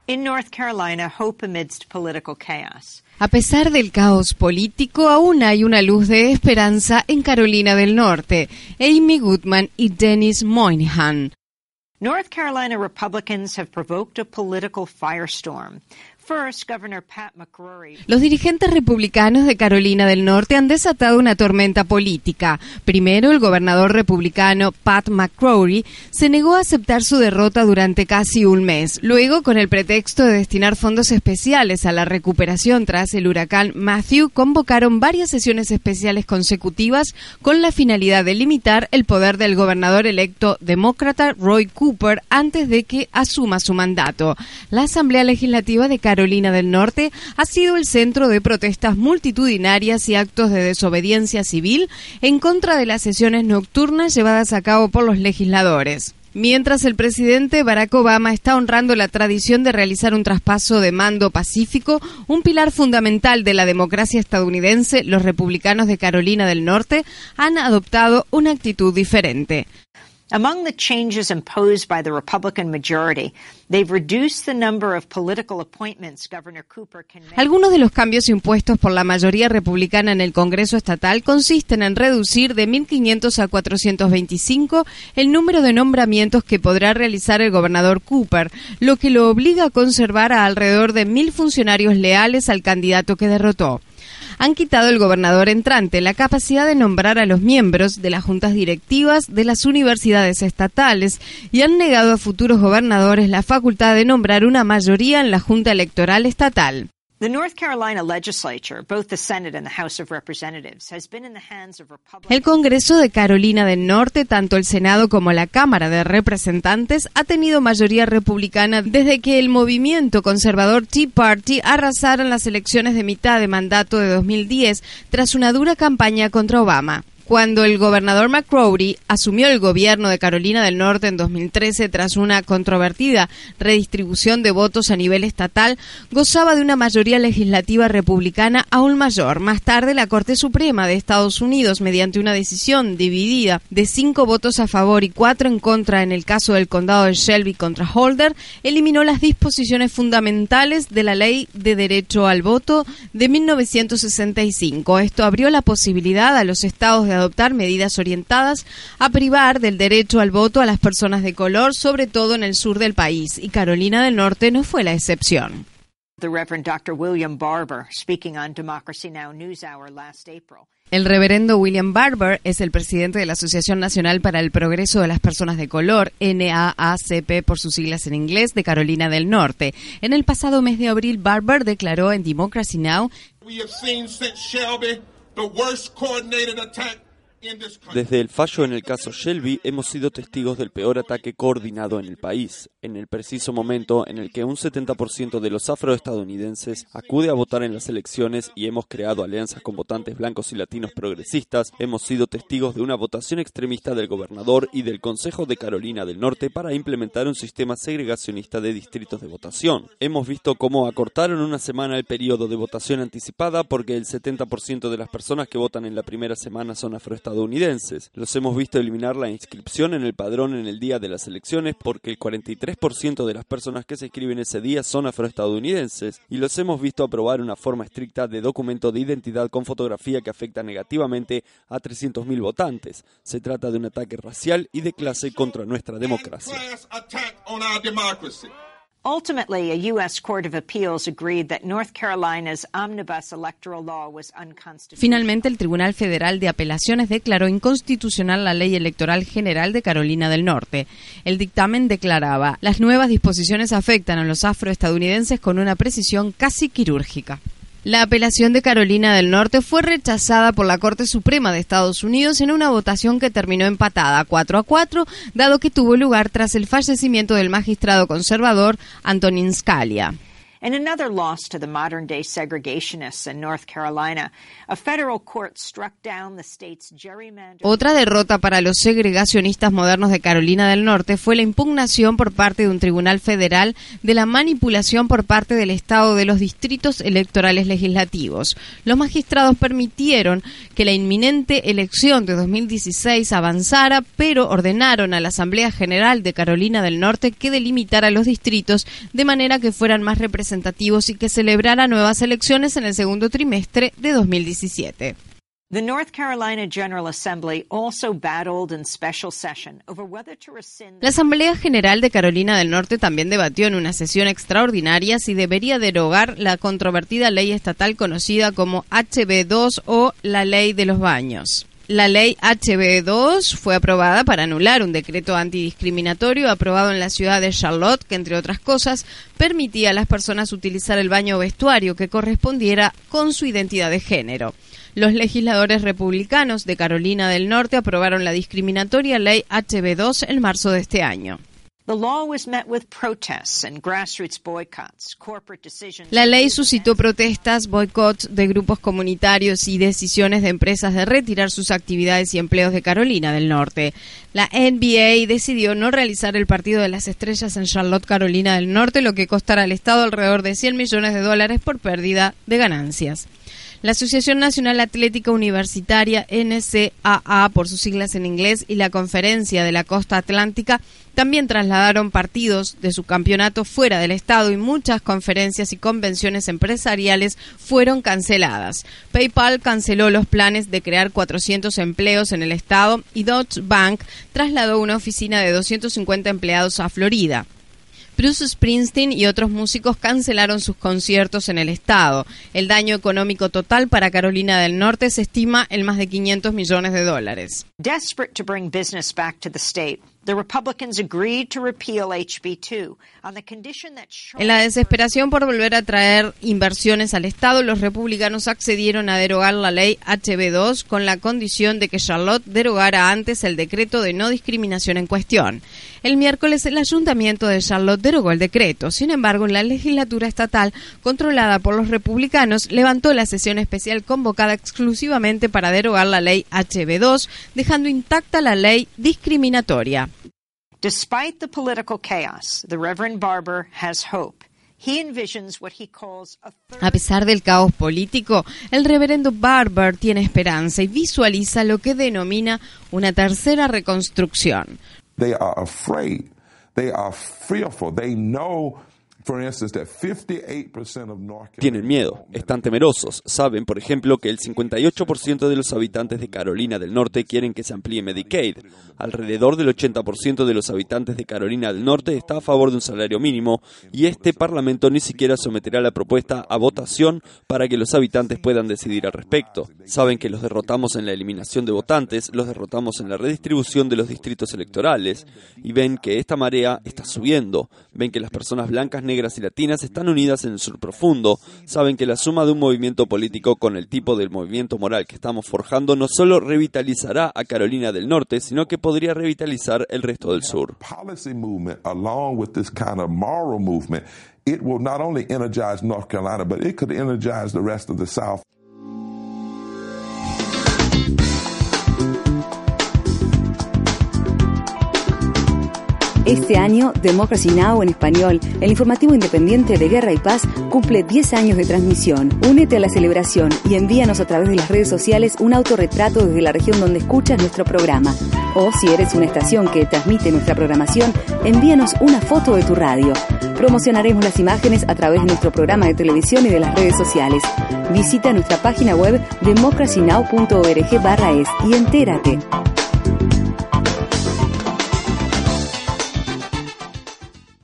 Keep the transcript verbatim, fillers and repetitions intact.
In North Carolina, hope amidst political chaos. A pesar del caos político, aún hay una luz de esperanza en Carolina del Norte. Amy Goodman y Dennis Moynihan. North Carolina Republicans have provoked a political firestorm. First, Governor Pat McCrory. Los dirigentes republicanos de Carolina del Norte han desatado una tormenta política. Primero, el gobernador republicano Pat McCrory se negó a aceptar su derrota durante casi un mes. Luego, con el pretexto de destinar fondos especiales a la recuperación tras el huracán Matthew, convocaron varias sesiones especiales consecutivas con la finalidad de limitar el poder del gobernador electo demócrata Roy Cooper antes de que asuma su mandato. La Asamblea Legislativa de Carolina Carolina del Norte ha sido el centro de protestas multitudinarias y actos de desobediencia civil en contra de las sesiones nocturnas llevadas a cabo por los legisladores. Mientras el presidente Barack Obama está honrando la tradición de realizar un traspaso de mando pacífico, un pilar fundamental de la democracia estadounidense, los republicanos de Carolina del Norte han adoptado una actitud diferente. Among the changes imposed by the Republican majority, they've reduced the number of political appointments Governor Cooper can make. Algunos de los cambios impuestos por la mayoría republicana en el Congreso estatal consisten en reducir de mil quinientos a cuatrocientos veinticinco el número de nombramientos que podrá realizar el gobernador Cooper, lo que lo obliga a conservar a alrededor de mil funcionarios leales al candidato que derrotó. Han quitado al gobernador entrante la capacidad de nombrar a los miembros de las juntas directivas de las universidades estatales y han negado a futuros gobernadores la facultad de nombrar una mayoría en la Junta Electoral Estatal. The North Carolina legislature, both the Senate and the House of Representatives, has been in the hands of Republicans. El Congreso de Carolina del Norte, tanto el Senado como la Cámara de Representantes, ha tenido mayoría republicana desde que el movimiento conservador Tea Party arrasara en las elecciones de mitad de mandato de dos mil diez tras una dura campaña contra Obama. Cuando el gobernador McCrory asumió el gobierno de Carolina del Norte en dos mil trece tras una controvertida redistribución de votos a nivel estatal, gozaba de una mayoría legislativa republicana aún mayor. Más tarde, la Corte Suprema de Estados Unidos, mediante una decisión dividida de cinco votos a favor y cuatro en contra en el caso del condado de Shelby contra Holder, eliminó las disposiciones fundamentales de la Ley de Derecho al Voto de mil novecientos sesenta y cinco. Esto abrió la posibilidad a los estados de adoptar medidas orientadas a privar del derecho al voto a las personas de color, sobre todo en el sur del país, y Carolina del Norte no fue la excepción. The Reverend doctor William Barber, speaking on Democracy Now! NewsHour last April. El reverendo William Barber es el presidente de la Asociación Nacional para el Progreso de las Personas de Color, N A A C P por sus siglas en inglés, de Carolina del Norte. En el pasado mes de abril, Barber declaró en Democracy Now! We have seen since Shelby the worst coordinated attack. Desde el fallo en el caso Shelby, hemos sido testigos del peor ataque coordinado en el país, en el preciso momento en el que un setenta por ciento de los afroestadounidenses acude a votar en las elecciones y hemos creado alianzas con votantes blancos y latinos progresistas. Hemos sido testigos de una votación extremista del gobernador y del Consejo de Carolina del Norte para implementar un sistema segregacionista de distritos de votación. Hemos visto cómo acortaron una semana el periodo de votación anticipada porque el setenta por ciento de las personas que votan en la primera semana son afroestadounidenses. estadounidenses. Los hemos visto eliminar la inscripción en el padrón en el día de las elecciones porque el cuarenta y tres por ciento de las personas que se inscriben ese día son afroestadounidenses y los hemos visto aprobar una forma estricta de documento de identidad con fotografía que afecta negativamente a trescientos mil votantes. Se trata de un ataque racial y de clase contra nuestra democracia. Ultimately, a U S Court of Appeals agreed that North Carolina's omnibus electoral law was unconstitutional. Finalmente, el Tribunal Federal de Apelaciones declaró inconstitucional la Ley Electoral General de Carolina del Norte. El dictamen declaraba: las nuevas disposiciones afectan a los afroestadounidenses con una precisión casi quirúrgica. La apelación de Carolina del Norte fue rechazada por la Corte Suprema de Estados Unidos en una votación que terminó empatada cuatro a cuatro, dado que tuvo lugar tras el fallecimiento del magistrado conservador Antonin Scalia. In another loss to the modern-day segregationists in North Carolina, a federal court struck down the state's gerrymandered... Otra derrota para los segregacionistas modernos de Carolina del Norte fue la impugnación por parte de un tribunal federal de la manipulación por parte del Estado de los distritos electorales legislativos. Los magistrados permitieron que la inminente elección de dos mil dieciséis avanzara, pero ordenaron a la Asamblea General de Carolina del Norte que delimitara los distritos de manera que fueran más representativos y que celebrara nuevas elecciones en el segundo trimestre de dos mil diecisiete. The North Carolina General Assembly also battled in special session over whether to rescind... La Asamblea General de Carolina del Norte también debatió en una sesión extraordinaria si debería derogar la controvertida ley estatal conocida como H B dos o la Ley de los Baños. La ley H B dos fue aprobada para anular un decreto antidiscriminatorio aprobado en la ciudad de Charlotte que, entre otras cosas, permitía a las personas utilizar el baño o vestuario que correspondiera con su identidad de género. Los legisladores republicanos de Carolina del Norte aprobaron la discriminatoria ley H B dos en marzo de este año. La ley suscitó protestas, boicots de grupos comunitarios y decisiones de empresas de retirar sus actividades y empleos de Carolina del Norte. La N B A decidió no realizar el partido de las estrellas en Charlotte, Carolina del Norte, lo que costará al Estado alrededor de cien millones de dólares por pérdida de ganancias. La Asociación Nacional Atlética Universitaria, N C A A por sus siglas en inglés, y la Conferencia de la Costa Atlántica también trasladaron partidos de su campeonato fuera del estado y muchas conferencias y convenciones empresariales fueron canceladas. PayPal canceló los planes de crear cuatrocientos empleos en el estado y Deutsche Bank trasladó una oficina de doscientos cincuenta empleados a Florida. Bruce Springsteen y otros músicos cancelaron sus conciertos en el estado. El daño económico total para Carolina del Norte se estima en más de quinientos millones de dólares. Desperate to bring business back to the state, the Republicans agreed to repeal H B two on the condition that... En la desesperación por volver a traer inversiones al estado, los republicanos accedieron a derogar la ley H B dos con la condición de que Charlotte derogara antes el decreto de no discriminación en cuestión. El miércoles el ayuntamiento de Charlotte derogó el decreto. Sin embargo, la legislatura estatal, controlada por los republicanos, levantó la sesión especial convocada exclusivamente para derogar la ley H B dos, dejando intacta la ley discriminatoria. Despite the political chaos, the Reverend Barber has hope. He envisions what he calls a... A pesar del caos político, el reverendo Barber tiene esperanza y visualiza lo que denomina una tercera reconstrucción. They are afraid. They are fearful. They know, for instance, that fifty-eight percent of North Carolina... Tienen miedo, están temerosos. Saben, por ejemplo, que el cincuenta y ocho por ciento de los habitantes de Carolina del Norte quieren que se amplíe Medicaid. Alrededor del ochenta por ciento de los habitantes de Carolina del Norte está a favor de un salario mínimo y este Parlamento ni siquiera someterá la propuesta a votación para que los habitantes puedan decidir al respecto. Saben que los derrotamos en la eliminación de votantes, los derrotamos en la redistribución de los distritos electorales y ven que esta marea está subiendo. Ven que las personas blancas, negras y latinas están unidas en el sur profundo. Saben que la suma de un movimiento político con el tipo del movimiento moral que estamos forjando no solo revitalizará a Carolina del Norte, sino que podría revitalizar el resto del sur. Policy movement along with this kind of moral movement, it will not only energize North Carolina, but it could energize the rest of the South. Este año, Democracy Now! En español, el informativo independiente de Guerra y Paz, cumple diez años de transmisión. Únete a la celebración y envíanos a través de las redes sociales un autorretrato desde la región donde escuchas nuestro programa. O si eres una estación que transmite nuestra programación, envíanos una foto de tu radio. Promocionaremos las imágenes a través de nuestro programa de televisión y de las redes sociales. Visita nuestra página web democracy now punto org barra es y entérate.